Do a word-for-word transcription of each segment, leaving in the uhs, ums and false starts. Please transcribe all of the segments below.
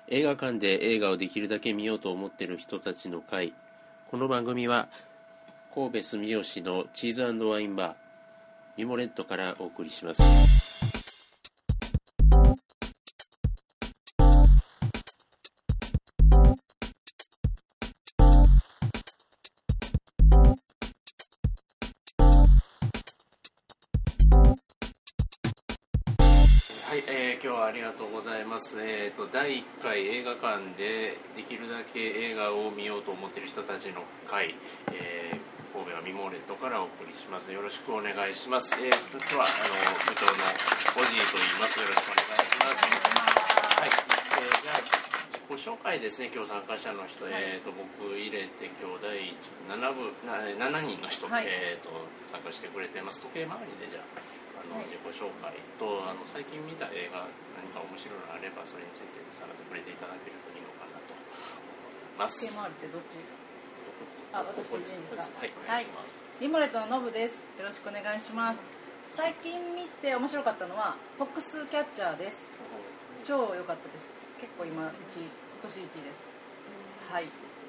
映画館で映画をできるだけ見ようと思っている人たちの会。この番組は神戸住吉のチーズ&ワインバーミモレットからお送りします。はい、えー、今日はありがとうございます。えーと、だいいっかい映画館でできるだけ映画を見ようと思っている人たちの会、えー、神戸はミモレットからお送りします。よろしくお願いします。えーと、今日はあの部長のオジーと言います。よろしくお願いします。はい、えー、じゃあ自己紹介ですね。今日参加者の人、はい、えーと僕入れて今日だいななぶななにんの人、はい、えーと参加してくれています。時計回りでじゃああの自己紹介とあの最近見た映画何か面白いのがあればそれについてさらっと触れていただけるといいのかなと思います。 時計回りってどっち？あ、私でいいんですか？ はい、お願いします。 ミモレットのノブです。よろしくお願いします。最近見て面白かったのはフォックスキャッチャーです。超良かったです。結構今いちい、今年いちいです。はい。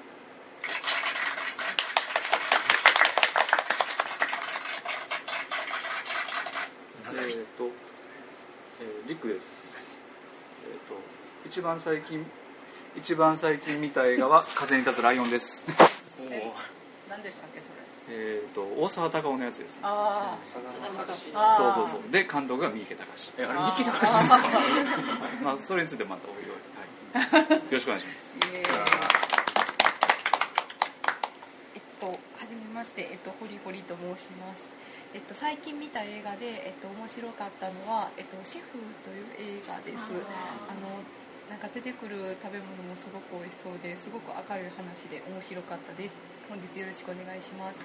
えーとえー、リックです。えーと一番最近一番最近見た映画は風に立つライオンです。 え、何でしたっけそれ？ えーと大沢たかおのやつです。 ああ、そうそうそう。で監督が三池崇史。え、あれ三池崇史ですか？まあそれについてまたおいおい、はい、よろしくお願いします。 えっとはじめまして、えっとホリホリと申します。えっと、最近見た映画で、えっと、面白かったのは、えっと、シェフという映画です。あのなんか出てくる食べ物もすごく美味しそうですごく明るい話で面白かったです。本日よろしくお願いします。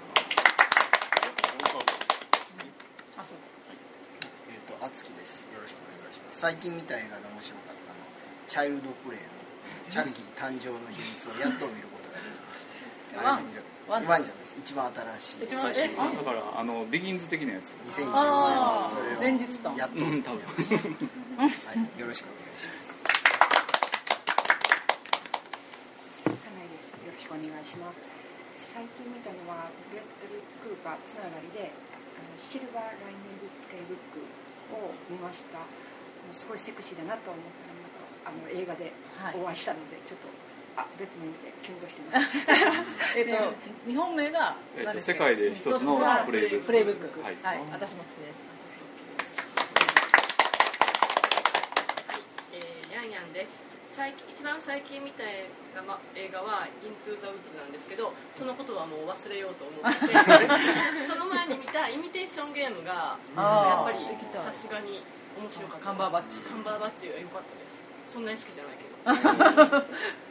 あ、そう。 えっとあつきです。よろしくお願いします。最近見た映画で面白かったのチャイルドプレイのチャッキー誕生の秘密をやっと見ることができました。 ワンワンじゃないです。一番新しい。 一番最新だからあのビギンズ的なやつ。 にせんじゅうごねんそれを前日とやっと見ました。はい、よろしくお願いします。 サナイです。よろしくお願いします。最近見たのはブレッドリー・クーパーつながりでシルバー・ライニング・プレイブックを見ました。すごいセクシーだなと思ったらまたあの映画でお会いしたので、はい、ちょっとあ別の意味でキュンとしてます。 えっと日本名が、 えー、と世界で一つのプレイブック。 プレイブック。はい、 はい、 私も好きです。 えー、ニャンニャンです。最近一番最近見た映画、ま、映画はイントゥ・ザ・ウッズなんですけど、そのことはもう忘れようと思ってその前に見たイミテーションゲームがやっぱりさすがに面白かったです。 カンバーバッチカンバーバッチが良かったです。そんなに好きじゃないけど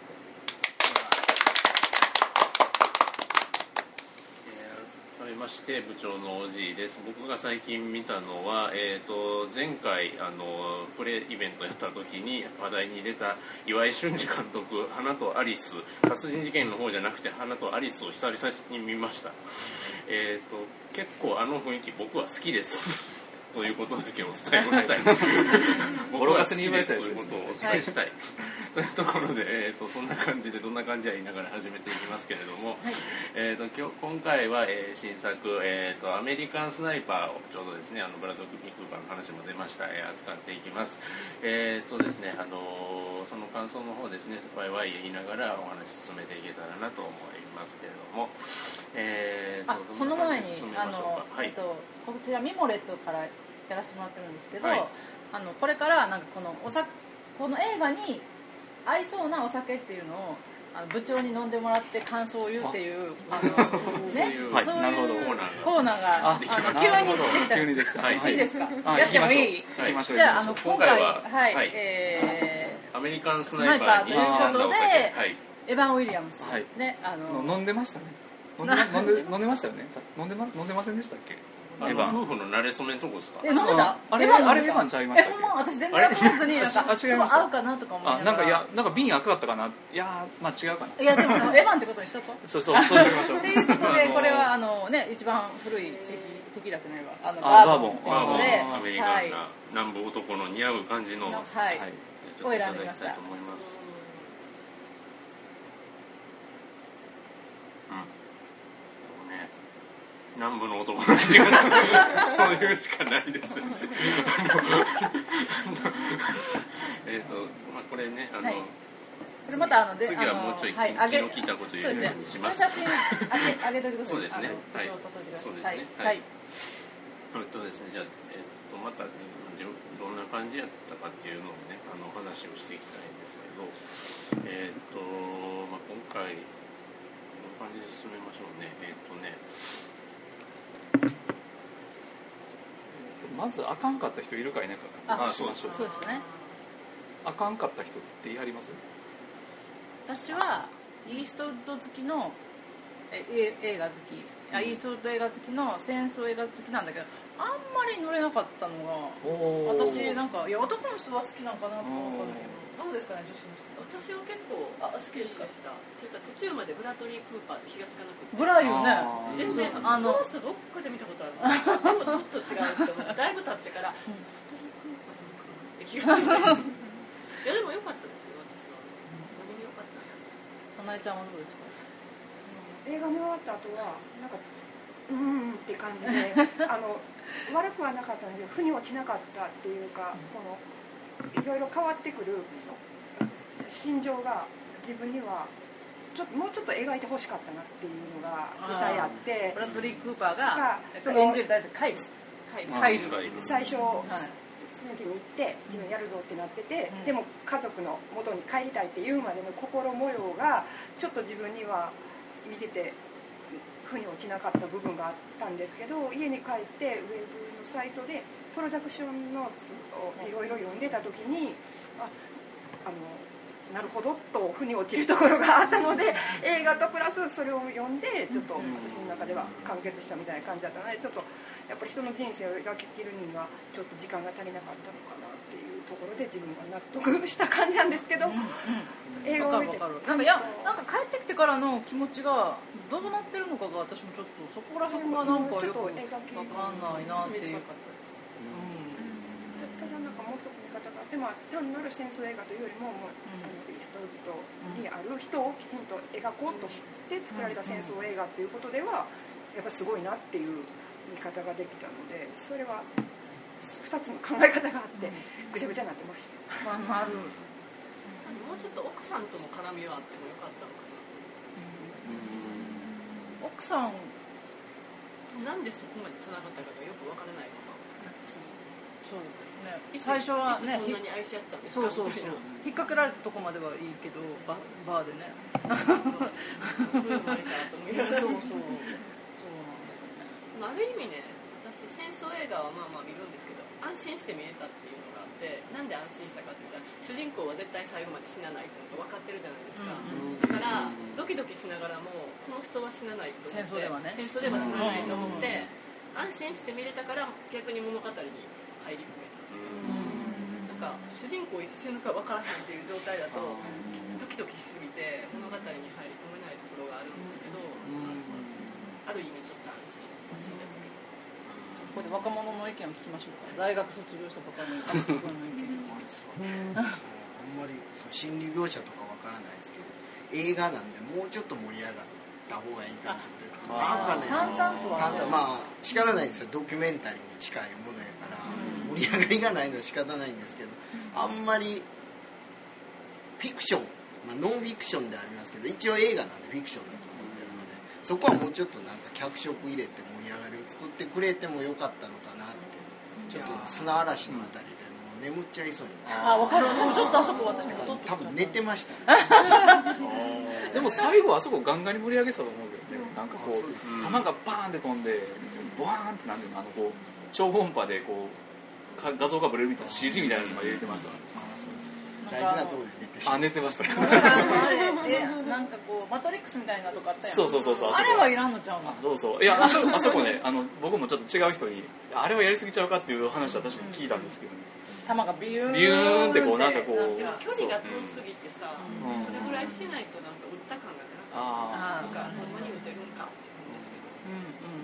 改めまして部長のおじいです。僕が最近見たのは、えー、と前回あのプレイベントやった時に話題に出た岩井俊二監督花とアリス、殺人事件の方じゃなくて花とアリスを久々に見ました。えー、と結構あの雰囲気僕は好きですということだけをお伝えをしたい僕は好きですということをお伝えしたい、はい、というところで、えー、とそんな感じでどんな感じや言いながら始めていきますけれども、はい、えー、と今日今回は、えー、新作、えー、とアメリカンスナイパーをちょうどですねあのブラッド・クーパーの話も出ました、えー、扱っていきます。えーとですねあのー、その感想の方ですねワイワイ言いながらお話進めていけたらなと思いますけれども、えー、とあその前にあの、 はい、 えっと、こちらミモレットからやらせてもらってるんですけど、 はい、 あのこれからなんかこのおさこの映画に合いそうなお酒っていうのをあの部長に飲んでもらって感想を言うっていうあの、ね、そういうコーナーがあの急にできたんです。いいですか？やってもいい？じゃああの今回ははい、えー、アメリカンスナイパーということでエヴァン・ウィリアムスね、あの飲んでましたね。飲んで飲んで飲んでましたよね。飲んでま飲んでませんでしたっけ？ あの夫婦の馴れ初めのとこですか？ え、飲んでた？ あれあれエヴァンちゃいましたっけ？ え、ほんま私全然分からずになんかそう合うかなとか思いながら。 なんかいやなんか瓶赤かったかな。いやまあ違うかな。 いやでもエヴァンってことにしとこう。 そうそうそうしておきましょう。 ということでこれはあのね一番古いテキーラじゃないわあのバーボンバーボンでアメリカンな南部男の似合う感じのはいを選んでみました。 と思います。 ね、南部の男の味がそういうしかないですえっとまあこれねあの、はい、これまたあので次はもうちょい気の利いたこと言うようにします。 写真あげあげといてください。 そうですね。はい。そうですね。はい。えっとですね、じゃあえっとまたどんな感じやったかっていうのをねあの話をしていきたいんですけど、えっとまあ今回この感じで進めましょうね。えっとね。 まずあかんかった人いるかいないかあしましょう。そうですね。 あかんかった人って言い張ります？ 私はイーストウッド好きのえ映画好き、うん、イーストウッド映画好きの戦争映画好きなんだけど、あんまり乗れなかったのが私なんかいや男の人は好きなのかなとか思ったんだけど、どうですかね女子の人。 私は結構あ好きですかしたっていうか途中までブラッドリー・クーパーって気がつかなくて。 ブライよね。 全然あのこの人どっかで見たことあるの。でもちょっと違うって思ってだいぶ経ってから、うん、ブラッドリー・クーパーって気がついて。いやでも良かったですよ私は。何に良かったんや。 さなえちゃんはどうですか。 映画見終わった後はなんかうーんって感じであの悪くはなかったので腑に落ちなかったっていうか、このいろいろ変わってくる心情が自分にはちょっともうちょっと描いてほしかったなっていうのが実際あって、 ブラッドリー・クーパーが演じる大体カイルカイル最初、常々に行って自分やるぞってなってて、うん、でも家族の元に帰りたいっていうまでの心模様がちょっと自分には見てて腑に落ちなかった部分があったんですけど、家に帰ってウェブのサイトでプロダクションノーツをいろいろ読んでた時にああのなるほどと腑に落ちるところがあったので映画とプラスそれを読んでちょっと私の中では完結したみたいな感じだったので、ちょっとやっぱり人の人生を描ききるにはちょっと時間が足りなかったのかなっていうところで自分が納得した感じなんですけど、うんうん、映画を見てなんかいやなんか帰ってきてからの気持ちがどうなってるのかが私もちょっとそこら辺がなんかよく分かんないなっていう。 ただなんかもう一つ見方があって、まあ、単なる戦争映画というよりも、もうあのイーストウッドにある人をきちんと描こうとして作られた戦争映画ということではやっぱりすごいなっていう見方ができたので、それはふたつの考え方があってぐちゃぐちゃになってました。 まあ、あるもうちょっと奥さんとの絡みはあってもよかったのかな。 うん、奥さんなんでそこまでつながったかがよくわからないまま。 そうね、最初はね、 そんなに愛し合ったんですか。そうそうそう。引っ掛けられたとこまではいいけど、バ, バーでね。 そういうのもありかなと思いながら。 そうそう。そうなんだよね。 ある意味ね、私戦争映画はまあまあ見るんですけど、安心して見れたっていうのがあって、なんで安心したかって言ったら、主人公は絶対最後まで死なないっていうのが分かってるじゃないですか。うんうん、だからドキドキしながらもこの人は死なないと思って、戦争ではね。戦争では死なないと思って、安心して見れたから逆に物語に入り込めた。なんか主人公いつ死ぬか分からへんっていう状態だとドキドキしすぎて物語に入り込めないところがあるんですけど、ある意味ちょっと安心死んじゃったけど。 ここで若者の意見を聞きましょうか。大学卒業したばかりの敦子君の意見。 あんまりその心理描写とか分からないですけど、映画なんでもうちょっと盛り上がった方がいいかなって。なんかね、 淡々とは淡々まあ仕方ないんですよ。ドキュメンタリーに近いものやから、盛り上がりがないのは仕方ないんですけど、あんまりフィクション、まあ、ノンフィクションでありますけど、一応映画なんでフィクションだと思ってるので、そこはもうちょっとなんか脚色入れて盛り上がりを作ってくれてもよかったのかなって。ちょっと砂嵐のあたりでもう眠っちゃいそうに。 あ、分かる。ちょっとあそこ私多分寝てましたね。 でも最後あそこガンガンに盛り上げてたと思うけどね。なんかこう弾がバーンって飛んでボワーンってなんていうの、あのこう超音波でこう画像がブレるみたいな シージー みたいなやつまで入れてました。 大事なところで寝てしまう。 あ、寝てました。 あれえなんかこうマトリックスみたいなとこあったやん。 そうそうそうそう。 あれはいらんのちゃうの。 そうそう。いやあそこあそこね、あの僕もちょっと違う人にあれはやりすぎちゃうかっていう話は確かに聞いたんですけどね。 弾がビューンビューンってこうなんかこう距離が遠すぎてさ、それぐらいしないとなんか打った感が出なかった。なんかほんまに打てるんかって思うんですけど。うんうん。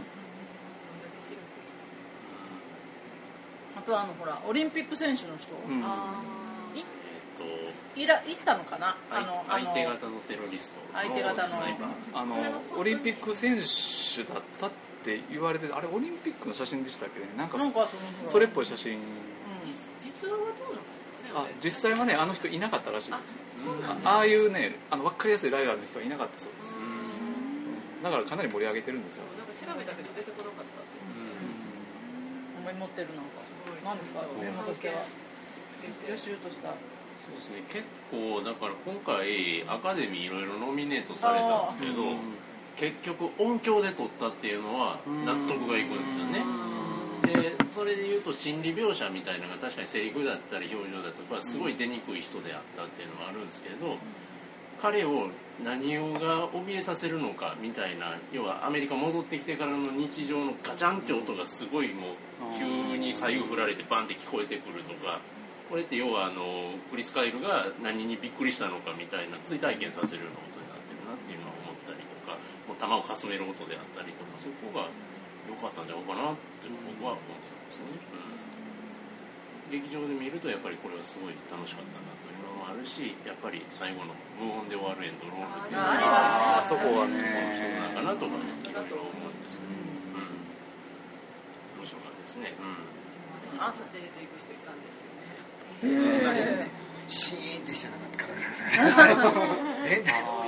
あとはあのほらオリンピック選手の人、 うん、えっといら行ったのかな、 あの相手方のテロリスト相手方のスナイパーあのオリンピック選手だったって言われてあれオリンピックの写真でしたっけねなんかなんかそれっぽい写真、うん、 実話はどうなんですかねあ実際はねあの人いなかったらしいですあ, ああいうねあの分かりやすいライバルの人はいなかったそうですだからかなり盛り上げてるんですよなんか調べたけど出てこなかった思い持ってるなんか何ですかメモとしては予習としたそうですね結構だから今回アカデミーいろいろノミネートされたんですけど結局音響で撮ったっていうのは納得がいくんですよねでそれでいうと心理描写みたいなのが確かにセリフだったり表情だったりすごい出にくい人であったっていうのはあるんですけど彼を何をが怯えさせるのかみたいな要はアメリカ戻ってきてからの日常のガチャンって音がすごいもう急に左右振られてバンって聞こえてくるとかこれって要はあのクリス・カイルが何にびっくりしたのかみたいな追体験させるような音になってるなっていうのは思ったりとかもう球をかすめる音であったりとかそこが良かったんじゃないかなって僕は思ってたんですね、うん、劇場で見るとやっぱりこれはすごい楽しかったなというのもあるしやっぱり最後の無音で終わるエンドロールっていうのがあそこはそこの一つなのかなとかいろいろ思うんですけど、うん、面白かったですね、うんあと出ていく人いたんですよねいましたねシーンってしてなかったからえ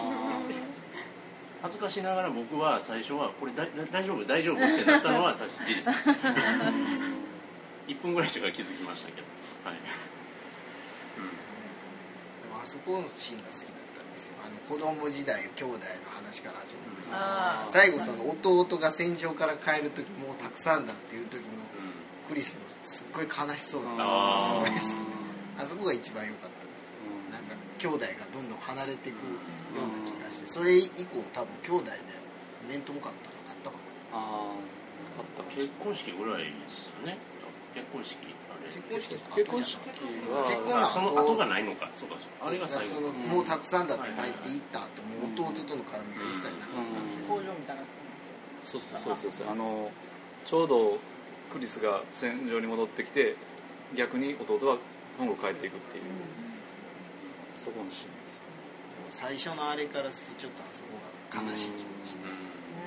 恥ずかしながら僕は最初はこれだ大丈夫大丈夫ってなったのは確か事実ですいっぷんぐらいしてから気づきましたけどはい、 うん、でもあそこのシーンが好きだったんですよあの子供時代兄弟の話から始まったじゃないですか最後その弟が戦場から帰る時もうたくさんだっていう時のクリスのすっごい悲しそうなのがすごい好きあそこが一番良かったですよ、うん、なんか兄弟がどんどん離れていくような気がしてそれ以降多分兄弟で面と向かったのがあったかなあああった結婚式ぐらいですよね結婚式あれ結婚式結婚式は結婚その後がないのかそうかそうかあれが最後そのもうたくさんだって帰っていった後もう弟との絡みが一切なかったんで工場みたいなそうそうそうそうそうあのちょうどクリスが戦場に戻ってきて逆に弟は本郷帰っていくっていう、うん、そこのシーンです最初のあれからするとちょっとあそこが悲しい気持ち、うん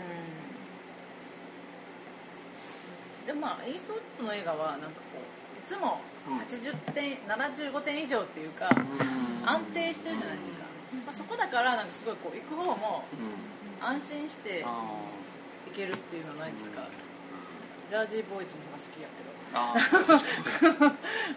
うん、でもまあイーストウッドの映画はなんかこういつもはちじゅってん、ななじゅうごてん以上っていうか、うん、安定してるじゃないですか、まあ、そこだからなんかすごいこう行く方も安心して行けるっていうのはないですか、うんジャージーボーイズの方が好きやけどあ、うん、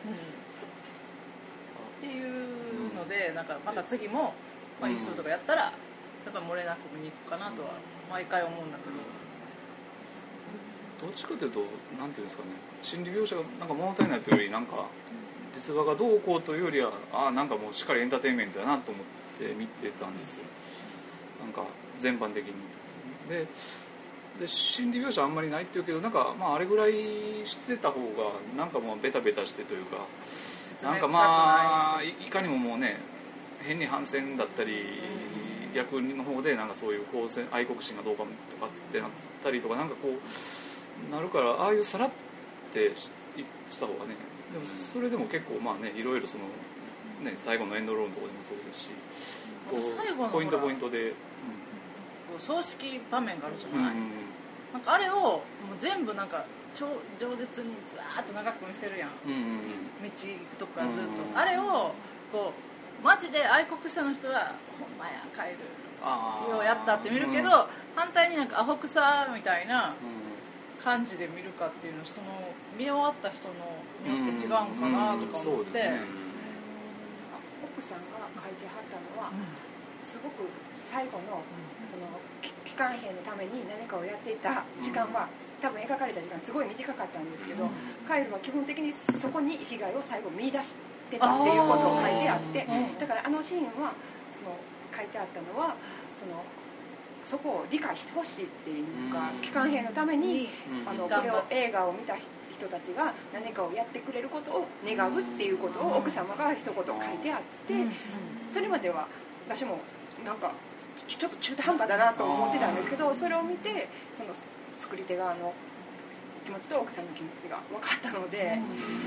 っていうのでなんかまた次も、まあ、イーストとかやったらやっぱり漏れなく見に行くかなとは毎回思うんだけどどっちかというとなんていうんですかね心理描写がなんか物足りないというよりなんか実話がどうこうというよりはあなんかもうしっかりエンターテインメントだなと思って見てたんですよなんか全般的にでで心理描写あんまりないっていうけどなんか、まあ、あれぐらいしてた方がなんかもうベタベタしてというかなんかまあ い, いかにももうね変に反戦だったり逆の方でなんかそういう公戦愛国心がどうかとかってなったりとかなんかこうなるからああいうさらってした方がねでもそれでも結構まあねいろいろその、ね、最後のエンドロールのところでもそうですしこうポイントポイントで、うん、 葬式場面があるじゃない、うん、なんかあれをもう全部なんか超饒舌にずーっと長く見せるやん、うんうんうん、道行くとこからずっと、うんうん、あれをこうマジで愛国者の人はほんまや帰るようやったって見るけど、うん、反対になんかアホくさみたいな感じで見るかっていうのをその見終わった人のによって違うんかなとか思って、うんうんね、 奥さんが書いてはったのは、うん、すごく最後のその帰還兵のために何かをやっていた時間は、うん、多分描かれた時間すごい短かったんですけど、うん、カイルは基本的にそこに生きがいを最後見出してたっていうことを書いてあって、だからあのシーンはその書いてあったのはそのそこを理解してほしいっていうか、帰還兵のために、うん、あのこれを映画を見た人たちが何かをやってくれることを願うっていうことを奥様が一言書いてあって、それまでは私もなんかちょっと中途半端だなと思ってたんですけど、それを見てその作り手側の気持ちと奥さんの気持ちが分かったので、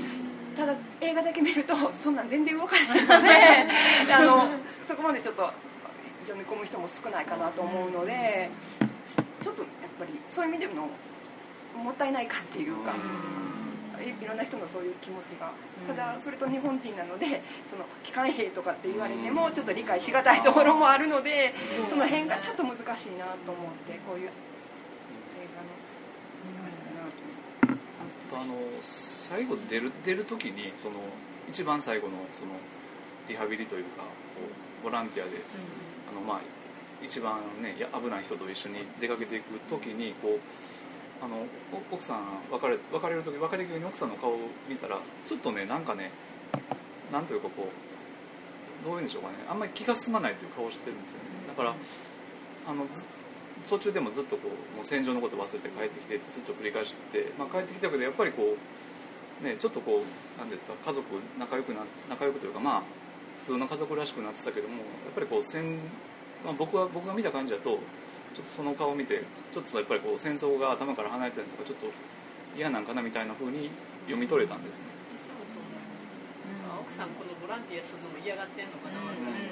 ただ映画だけ見るとそんなん全然動かないのであのそこまでちょっと読み込む人も少ないかなと思うので、ちょっとやっぱりそういう意味でのもったいない感っていうか、いろんな人のそういう気持ちが、ただそれと日本人なのでその機関兵とかって言われてもちょっと理解しがたいところもあるので、その辺がちょっと難しいなと思って、こういう映画のあの最後出る出る時にその一番最後のそのリハビリというかボランティアで、あのまあ一番ね危ない人と一緒に出かけていく時にこうあの奥さん別れ別れる時別れ際に奥さんの顔を見たらちょっとねなんかねなんというかこうどういうんでしょうかね、あんまり気が進まないという顔をしてるんですよね。だからあの途中でもずっとこうもう戦場のこと忘れて帰ってきてってずっと繰り返してて、まあ、帰ってきたけどやっぱりこうねちょっとこうなんですか家族仲良くな仲良くというかまあ普通の家族らしくなってたけども、やっぱりこう戦、まあ、僕は僕が見た感じだとちょっとその顔を見てちょっとやっぱりこう戦争が頭から離れてたりとかちょっと嫌なんかなみたいな風に読み取れたんですね。 実際もそうなんですね、うん、奥さんこのボランティアするのも嫌がってんのかなみたいな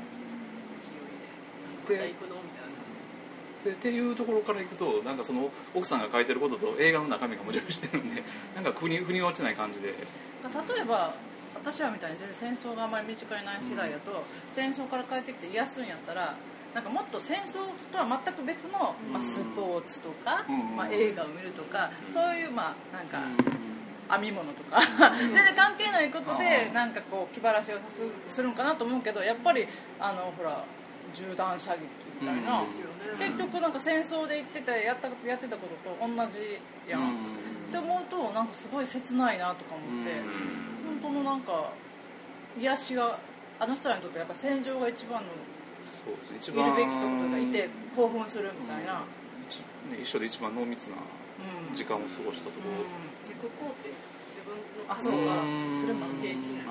勢いで、また行くのみたいなでっていうところからいくとなんかその奥さんが書いてることと映画の中身が矛盾してるんでなんか腑に腑に落ちない感じで、 例えば私らみたいに全然戦争があまり身近にない世代だと、うん、戦争から帰ってきて癒すんやったらなんかもっと戦争とは全く別の、まあ、スポーツとか、うんまあ、映画を見るとか、うん、そういうまあなんか編み物とか全然関係ないことでなんかこう気晴らしをさすするんかなと思うけど、やっぱりあのほら銃弾射撃みたいな、うん、結局なんか戦争で言ってたやったやってたことと同じやん、うん、って思うとなんかすごい切ないなとか思って、うん、本当のなんか癒しがあの人らにとってやっぱ戦場が一番のそうです一番いるべきところがいて興奮するみたいな、 うん、一緒で一番濃密な時間を過ごしたところ、うん、 自己肯定自分の心がそれも否定しない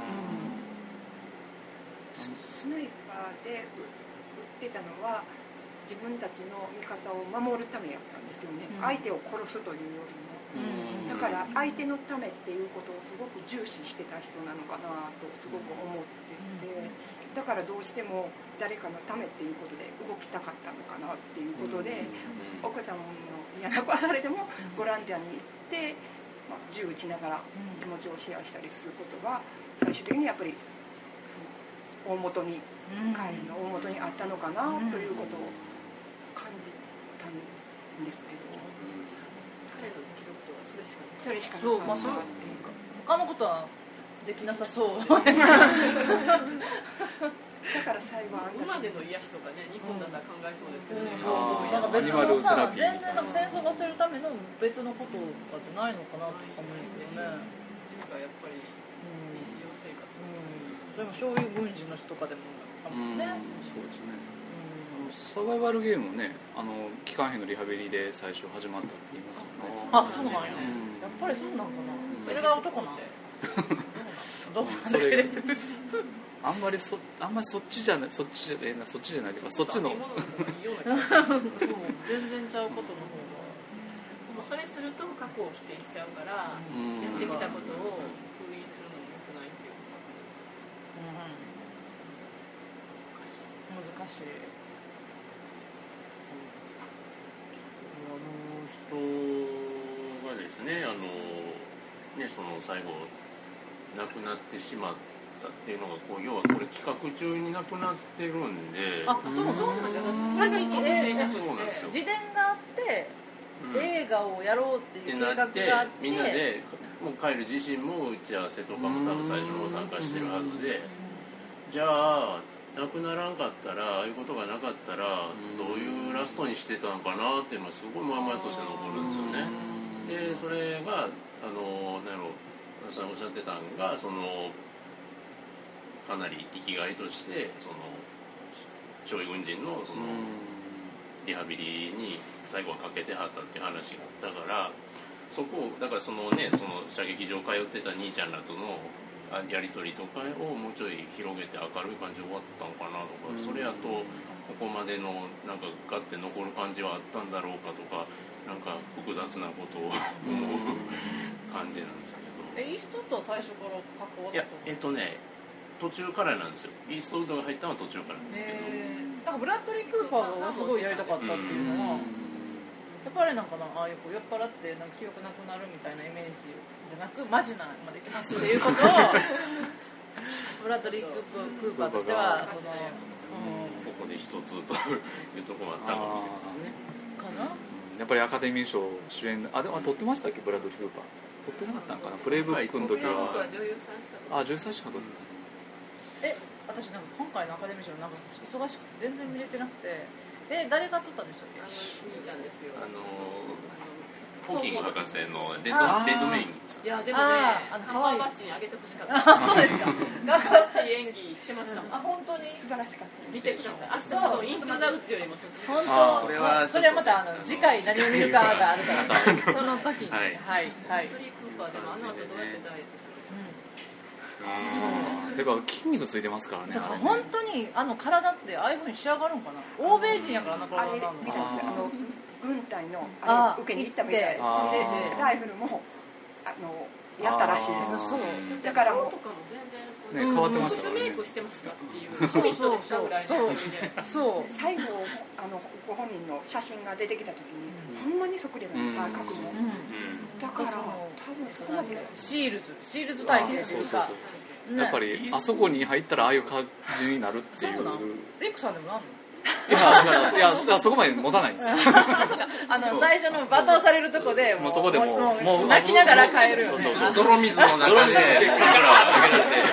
スナイパーで撃ってたのは自分たちの味方を守るためやったんですよね、うん、相手を殺すというよりも、うん、だから相手のためっていうことをすごく重視してた人なのかなとすごく思ってて、うん、だからどうしても誰かのためっていうことで動きたかったのかなっていうことで、うん、奥さんの嫌なことあれでもボランティアに行って、まあ、銃撃ちながら気持ちをシェアしたりすることが最終的にやっぱりその大元に会議の大元にあったのかなということを感じたんですけど、 彼のできることはそれしかない。 それしかなかったなっていうか、 他のことはできなさそうだから最後は馬での癒しとかね、日本だったら考えそうですけどね、 うんうん、なんか別のさ全然なんか戦争が捨てるための別のこととかってないのかなとか思うけどね。 銃がやっぱり日常生活、 うん、でもそういう軍人の人とかでもかもね、 うん、そうですね、うん、サバイバルゲームもね、あの機関兵のリハビリで最初始まったって言いますよね。 あ、そうなんや、うん、やっぱりそうなんかな、それが男なんどうなんそれがあんまりそあんまりそっちじゃないそっちじゃないそっちじゃないとかそっちの全然ちゃうことの方がでもそれすると過去を否定しちゃうから、うん、やってきたことを封印するのも良くないっていうことです、うん、難しい難しいあの人がですね、あのねその最後亡くなってしまったっていうのがこう要はこれ企画中に亡くなってるんで、 あ、そうそうなんだ。先にそうなんですよ。 自伝があって、うん、映画をやろうっていう計画があって、 みんなでもうカイル自身も打ち合わせとかも多分最初の方参加してるはずで、じゃあ亡くならんかったらああいうことがなかったらどういうラストにしてたのかなっていうのがすごいまんまとして残るんですよね。でそれがあのなんやろうさんおっしゃってたんがそのかなり生きがいとしてその傷痍軍人のそのリハビリに最後はかけてはったっていう話があったから、そこをだからそのねその射撃場通ってた兄ちゃんらとのやり取りとかをもうちょい広げて明るい感じで終わったのかなとか、それやとここまでのなんかガッて残る感じはあったんだろうかとか、なんか複雑なことを思う感じなんですけど。 えイーストウッドは最初から関わったいやえっとね途中からなんですよ。イーストウッドが入ったのは途中からなんですけど、 なんかブラッドリー・クーパーがすごいやりたかったっていうのは、やっぱりなんかな、ああいう酔っ払ってなんか記憶なくなるみたいなイメージじゃなく、マジなまできますっていうことをブラッドリー・クーパーとしてはその、 うん、ここで一つというところもあったかもしれないですね。 かな。 やっぱりアカデミー賞主演、あでも撮ってましたっけブラッドリー・クーパー。撮ってなかったのかな。プレイブックの時は。 僕は女優さんしかあ女優さんしか撮ってない。 え私なんか今回のアカデミー賞なんか忙しくて全然見れてなくて、え誰が撮ったんでしたっけ？ あの兄ちゃんですよ。 あのホーキング博士のレッドレッドメインさん。 いやでもね、 あカバーバッジにあげてほしかった。 あそうですか。 素晴らしい演技してましたもん。 あ本当に素晴らしかった。 見てください。明日のイントゥザウッズよりもそっち。 本あ当。 これはそれはまたあの次回何を見るかがあるから、その時にははいいはい。 トリー・クーパーでもあの後どうやってダイエットするんですか。 てか筋肉ついてますからね。 だから本当にあの体ってああいう風に仕上がるんかな。欧米人やからあんなあ体れなの。 見たんですよ。あの軍隊のああれ受けに行ったみたいです。であーライフルもあのやったらしいです。 あーそう。 だからもうとかも全然ね変わってましたからねボックスメイクしてますかっていうそうコミットそうそうでしたぐらいのそう感じで。 そう。 最後あのご本人の写真が出てきた時に、ほんまにそっくりだった、角も、 うん。 だから多分そこまでシールズシールズ体型というか。ねやっぱりあそこに入ったらああいう感じになるっていう。 そうなんリックさんでもなんの？ いやだからいやだからそこまで持たないんですよ。 あそうかあの最初の罵倒されるとこでもうそこでもうもうもう泣きながら帰るよね。 そうそう泥水の中で結果から上げられて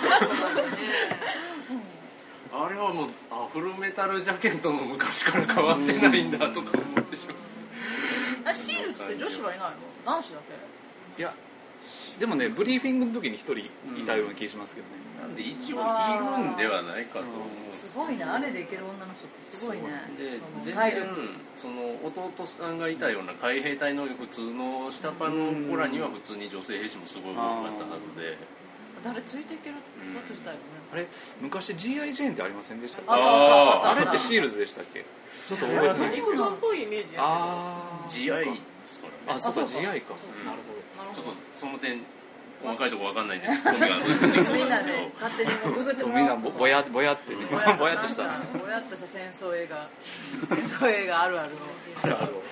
あれはもうあフルメタルジャケットも昔から変わってないんだとか思ってしまう。 あシールズって女子はいないの？男子だけ？ いやでもねブリーフィングの時に一人いたような気がしますけどね。 なんで一応いるんではないかと思う。 すごいね、あれでいける女の人ってすごいね。 でそ全然の体力その弟さんがいたような海兵隊の普通の下っ端の子らには普通に女性兵士もすごい多かったはずで、 誰ついていけること自体もね。 あれ昔 ジーアイ ジェーンってありませんでしたっけ？ あったあったあったあれってシールズでしたっけ？ちょっと覚えてないんですけど。 肉丼っぽいイメージやあージーアイ ですからね。 あそうかあそうかジーアイ か。 うんなるほちょっとその点細かいところわかんないんでツッコミが出てきそうみんなんなですけどで勝手にもうググっど。 てそうみんなもらうぼぼやぼやってねぼやっとしたなんかぼやっとした戦争映画戦争映画あるあるをあるある。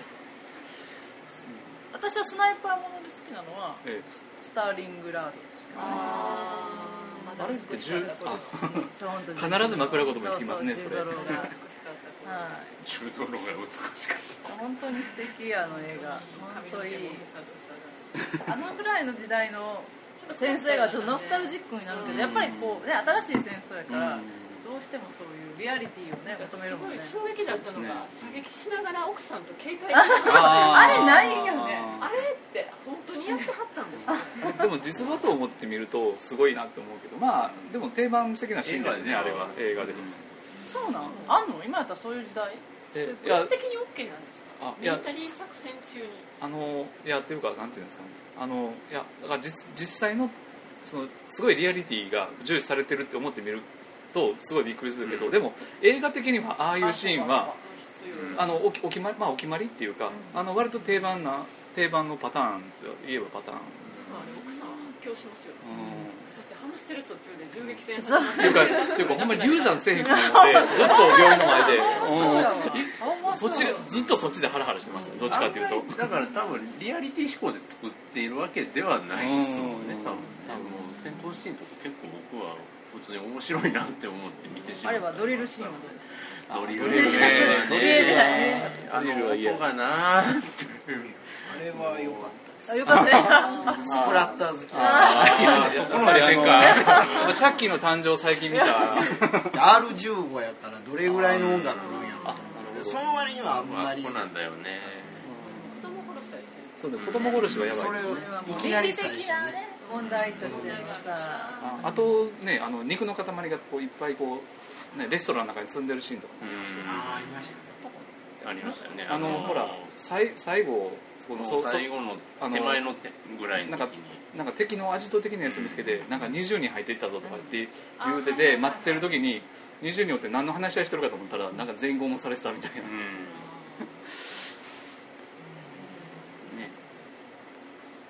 私はスナイパーもので好きなのはえスターリングラードですかね。 あーまだあれってじゅうあそう本当に必ず枕言葉につきますねそうそうそれジュードローが美しかったはいシュートローが美しかった。 本当に素敵あの映画本当いい髪の毛もふさふさだしあのぐらいの時代の戦争映画はちょっとノスタルジックになるけど、やっぱりこうね新しい戦争やからどうしてもそういうリアリティをね求めるもんね。 すごい衝撃だったのが、射撃しながら奥さんと携帯あれないよね。 あれって本当にやってはったんですか？ でも実話と思ってみるとすごいなって思うけど、まあでも定番的なシーンですよね、あれは映画で。 そうなんあんの今やったらそういう時代えいや軍的に OK なんですか？ あいやミリタリー作戦中にあのいやっていうかなんていうんですかね、あのいやだから実実際のそのすごいリアリティが重視されてるって思ってみるとすごいびっくりするけど、でも映画的にはああいうシーンは必要あのおきお決まりまあお決まりっていうか、あの割と定番な定番のパターンといえばパターン。 まあ奥さん発狂しますよ、 うんだって話してる途中で銃撃戦そうっていうかっていうかほんまに流産せえへんかと思ってずっと病院の前で、うん、そっちずっとそっちでハラハラしてましたどっちかっていうと。 だから多分リアリティ思考で作っているわけではないですもんね。 うん多分多分もう戦闘シーンとか結構僕は普通に面白いなって思って見てしまう。 あれはドリルシーンはどうですか？ ドリルドリルねドリル見えてないあの音がなあれは良かったです。 あよかったね。 スプラッター好きなああそこの目線か。 まあチャッキーの誕生最近見た。 アールじゅうご やからどれぐらいの音楽なんやろうと思って、その割にはあんまりまあこうなんだよね。 子供殺したりするそうだ子供殺しはやばいそれをいき倫理なり最初的なね問題としてのさああとねあの肉の塊がこういっぱいこう、ね、レストランの中に積んでるシーンとかもありましたよね。 ああありましたね。 ありましたよね。 あのほら最最後そのそ最後の手前の手ぐらいの時になんか敵のアジト的なやつ見つけてなんかにじゅうにん入っていったぞとかって言うてて待ってる時ににじゅうにんおって何の話し合いしてるかと思ったらなんか全員拷問されてたみたいな。 うんね、まあ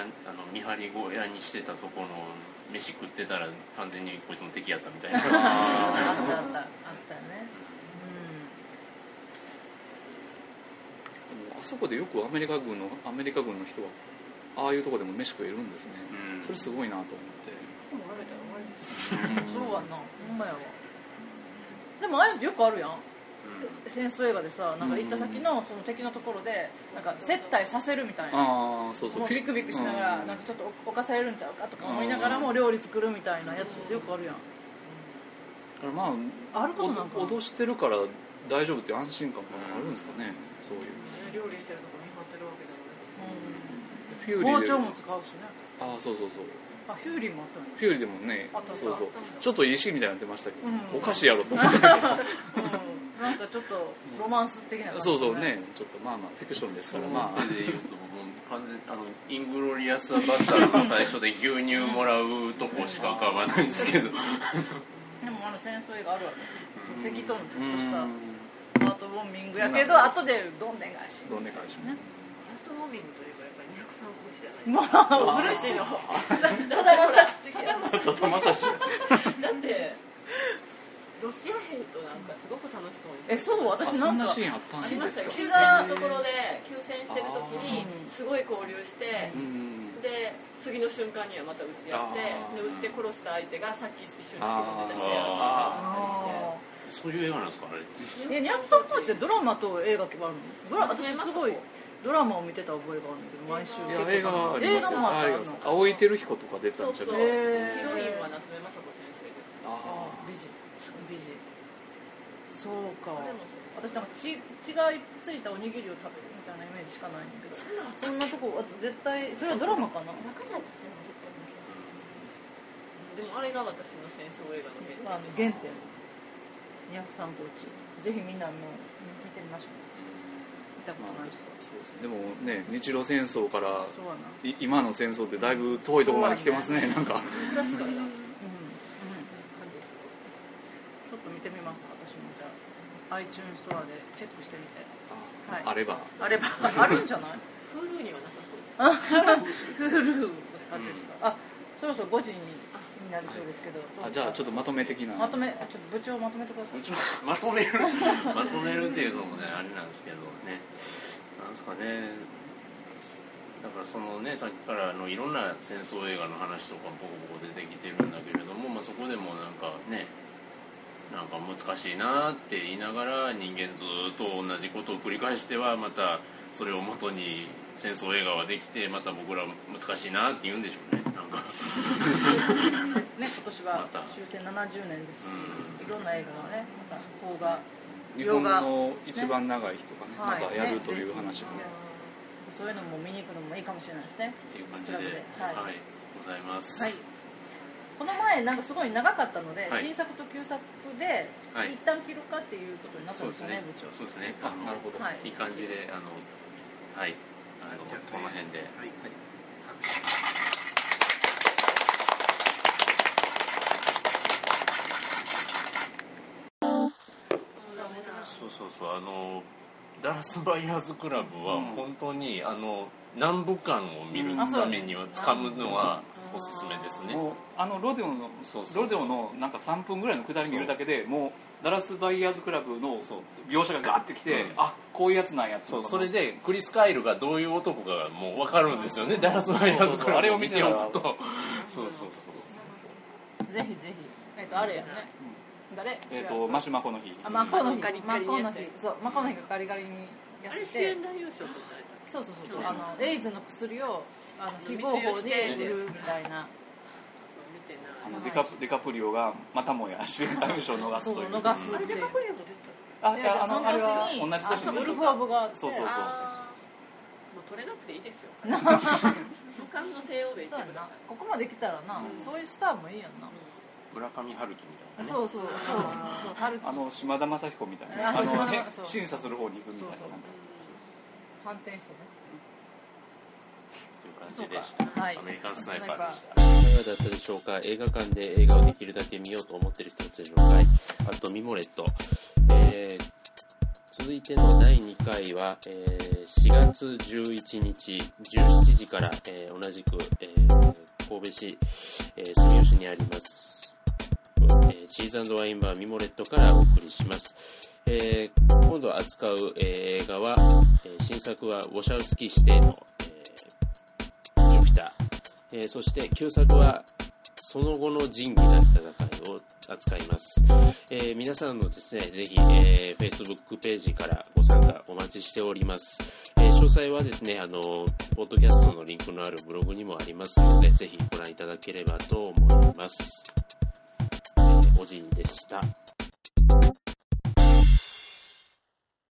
あの見張り小屋にしてたところの飯食ってたら完全にこいつも敵やったみたいなあったあったあったよね、 うん、あそこでよくアメリカ軍のアメリカ軍の人はああいうとこでも飯食えるんですね、うん、それすごいなと思って、 うん、そうやな、ほんまやわ。でもああいうのよくあるやん、戦争映画でさ、なんか行った先のその敵のところでなんか接待させるみたいな、 あそうそう、 もうビクビクしながらなんかちょっと犯されるんちゃうかとか思いながらも料理作るみたいなやつってよくあるやん。 だからまああることなんか脅してるから大丈夫っていう安心感があるんですかね、そういう料理してるとこ見張ってるわけじゃないです、 うん、フューリーで包丁も使うしね。 あそうそうそう、 あフューリーもあったの。 フューリーでもね、そうそう、ちょっといいシーンみたいになってましたけど、 うん、 おかしいやろと思って、うん、なんかちょっとロマンス的な感じ、 ね、そうそうね、ちょっとまあまあフィクションですから、まあ手で言うと僕も完全あのイングロリアスバスターズの最初で牛乳もらうとこしか浮かばないんですけどでもあの戦争映画あるわけ、敵とのちょっとしたハートウォーミングやけど後でどんでん返しどんでん返しね、 ハートウォーミングというかやっぱりにひゃくさんコーチじゃない、 まあ、 嬉しいのただまさし的やただまさしだってロシア兵となんかすごく楽しそうにしてえそう私なんかそんなシーンあったんですか。 休戦のところで休戦してる時にすごい交流して、うん、で次の瞬間にはまた撃ち合ってで撃って殺した相手がさっき一瞬突き込んでた人やったりして、 そういう映画なんですかあれ。 えにひゃくさんコーチってドラマと映画とかあるの？ドラ私すごいドラマを見てた覚えがあるんだけど毎週。 いや映画はありますよ。 映画もあったの。 青井輝彦とか出たんちゃうか。 ヒロインは夏目雅子先生です。 ああ美人美人。そうか。私なんか血血がついたおにぎりを食べるみたいなイメージしかないんだけど、そんなとこ絶対それはドラマかな。 でもあれが私の戦争映画の原点です。 原点。にひゃくさんコーチ。ぜひみんなも見てみましょう。見たことない人。 そうですね。でもね日露戦争から今の戦争ってだいぶ遠いところまで来てますね。なんか。 確かに。 見てみます。私もじゃあ iTunes ストアでチェックしてみて、 あ、はい、あればあればあるんじゃない？ Hulu にはなさそうです。 Hulu を使ってるんですか？あ、そろそろごじになりそうですけど。 あ、じゃあちょっとまとめ的な。 まとめ、ちょっと部長まとめてください。 まとめるまとめるっていうのもねあれなんですけどね。なんですかね。だからそのねさっきからのいろんな戦争映画の話とかもポコポコ出てきてるんだけれども、まあそこでもなんかね。なんか難しいなって言いながら人間ずっと同じことを繰り返してはまたそれを元に戦争映画はできてまた僕ら難しいなって言うんでしょうねなんかね今年は終戦ななじゅうねんですし、うん、いろんな映画がねまた邦画日本の一番長い人がね、ねまたやるという話も、ねね、 そういうのも見に行くのもいいかもしれないですねっていう感じで、はい、はい、ございます、 はい。この前なんかすごい長かったので、はい、新作と旧作で一旦切るかっていうことになったんですよね、部長。 そうですね。あ、なるほど。はい、いい感じであのはいあのこの辺で。はい。そうそうそうあのダラスバイヤーズクラブは本当に、うん、あの南部間を見るためには掴むのは。おすすめですね。 もうあのロデオのそうそうそうロデオのなんかさんぷんぐらいの下り見るだけでもうダラスバイヤーズクラブの描写がガーってきて、うん、あこういうやつなんやつそうそれでクリス・カイルがどういう男かもう分かるんですよね、うん、ダラスバイヤーズクラブを見ておくとそうそうそうそうぜひぜひえっとあれやね、うん、誰えっとマシュマコの日あマコの日マコの日そうマコの日がガリガリにやっててあれ主演男優賞とそうそうそうあのエイズの薬をあの非合法で売るみたいなあのデカデカプリオがまたもや主演男優賞を逃すというそう逃すあれデカプリオも出たあいやあのあれは同じ年にウルフ・オブがそうそうそうそうもう取れなくていいですよ無冠の帝王でいってくださいここまで来たらな、うん、そういうスターもいいやんな村上春樹みたいな、ね、 そうそうそうそう春樹あの島田雅彦みたいなあの審査する方に行くみたいな反転してねという感じでした、はい、アメリカンスナイパーでした。 いかがだったでしょうか。映画館で映画をできるだけ見ようと思っている人たちの紹介、あとミモレット、えー、 続いてのだいにかいは、えー、しがつじゅういちにちじゅうしちじから、えー、同じく、えー、神戸市、えー、住吉にあります、えー、チーズ&ワインバーミモレットからお送りします。えー、今度扱う、えー、映画は、えー、新作はウォシャウスキー指定の、えー、ジュピター、えー、そして旧作はその後の仁義なき戦いを扱います。えー、皆さんのですね、ぜひ、えー、Facebook ページからご参加お待ちしております。えー、詳細はですね、あのポッドキャストのリンクのあるブログにもありますので、ぜひご覧いただければと思います。えー、おじいでした。